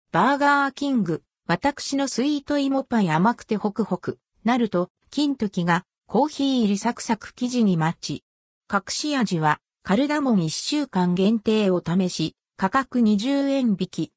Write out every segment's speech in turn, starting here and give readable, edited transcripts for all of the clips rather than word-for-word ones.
バーガーキング、私のスイート芋パイ甘くてホクホク、なると、金時がコーヒー入りサクサク生地にマッチ。隠し味は、カルダモン1週間限定を試し、価格20円引き。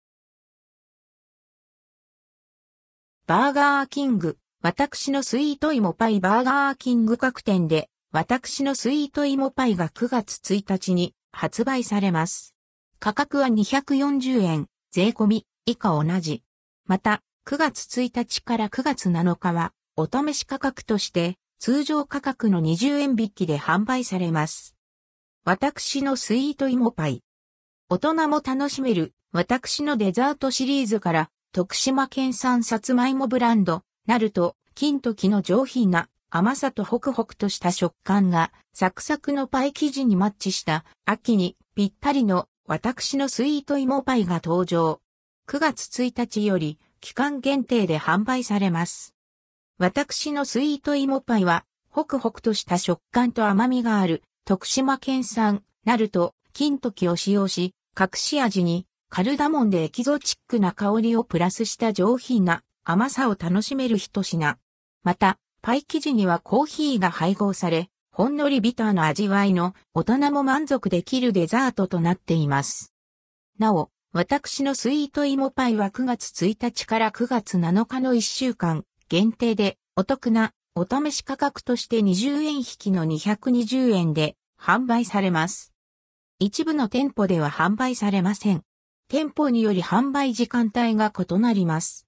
バーガーキング、私のスイート芋パイバーガーキング各店で、私のスイート芋パイが9月1日に発売されます。価格は240円、税込み、以下同じ。また、9月1日から9月7日は、お試し価格として、通常価格の20円引きで販売されます。私のスイート芋パイ。大人も楽しめる、私のデザートシリーズから、徳島県産さつまいもブランド、なると、金時の上品な甘さとホクホクとした食感が、サクサクのパイ生地にマッチした、秋にぴったりの私のスイート芋パイが登場。9月1日より、期間限定で販売されます。私のスイート芋パイは、ホクホクとした食感と甘みがある、徳島県産、なると、金時を使用し、隠し味に、カルダモンでエキゾチックな香りをプラスした上品な甘さを楽しめる一品。また、パイ生地にはコーヒーが配合され、ほんのりビターな味わいの大人も満足できるデザートとなっています。なお、私のスイート芋パイは9月1日から9月7日の1週間限定でお得なお試し価格として20円引きの220円で販売されます。一部の店舗では販売されません。店舗により販売時間帯が異なります。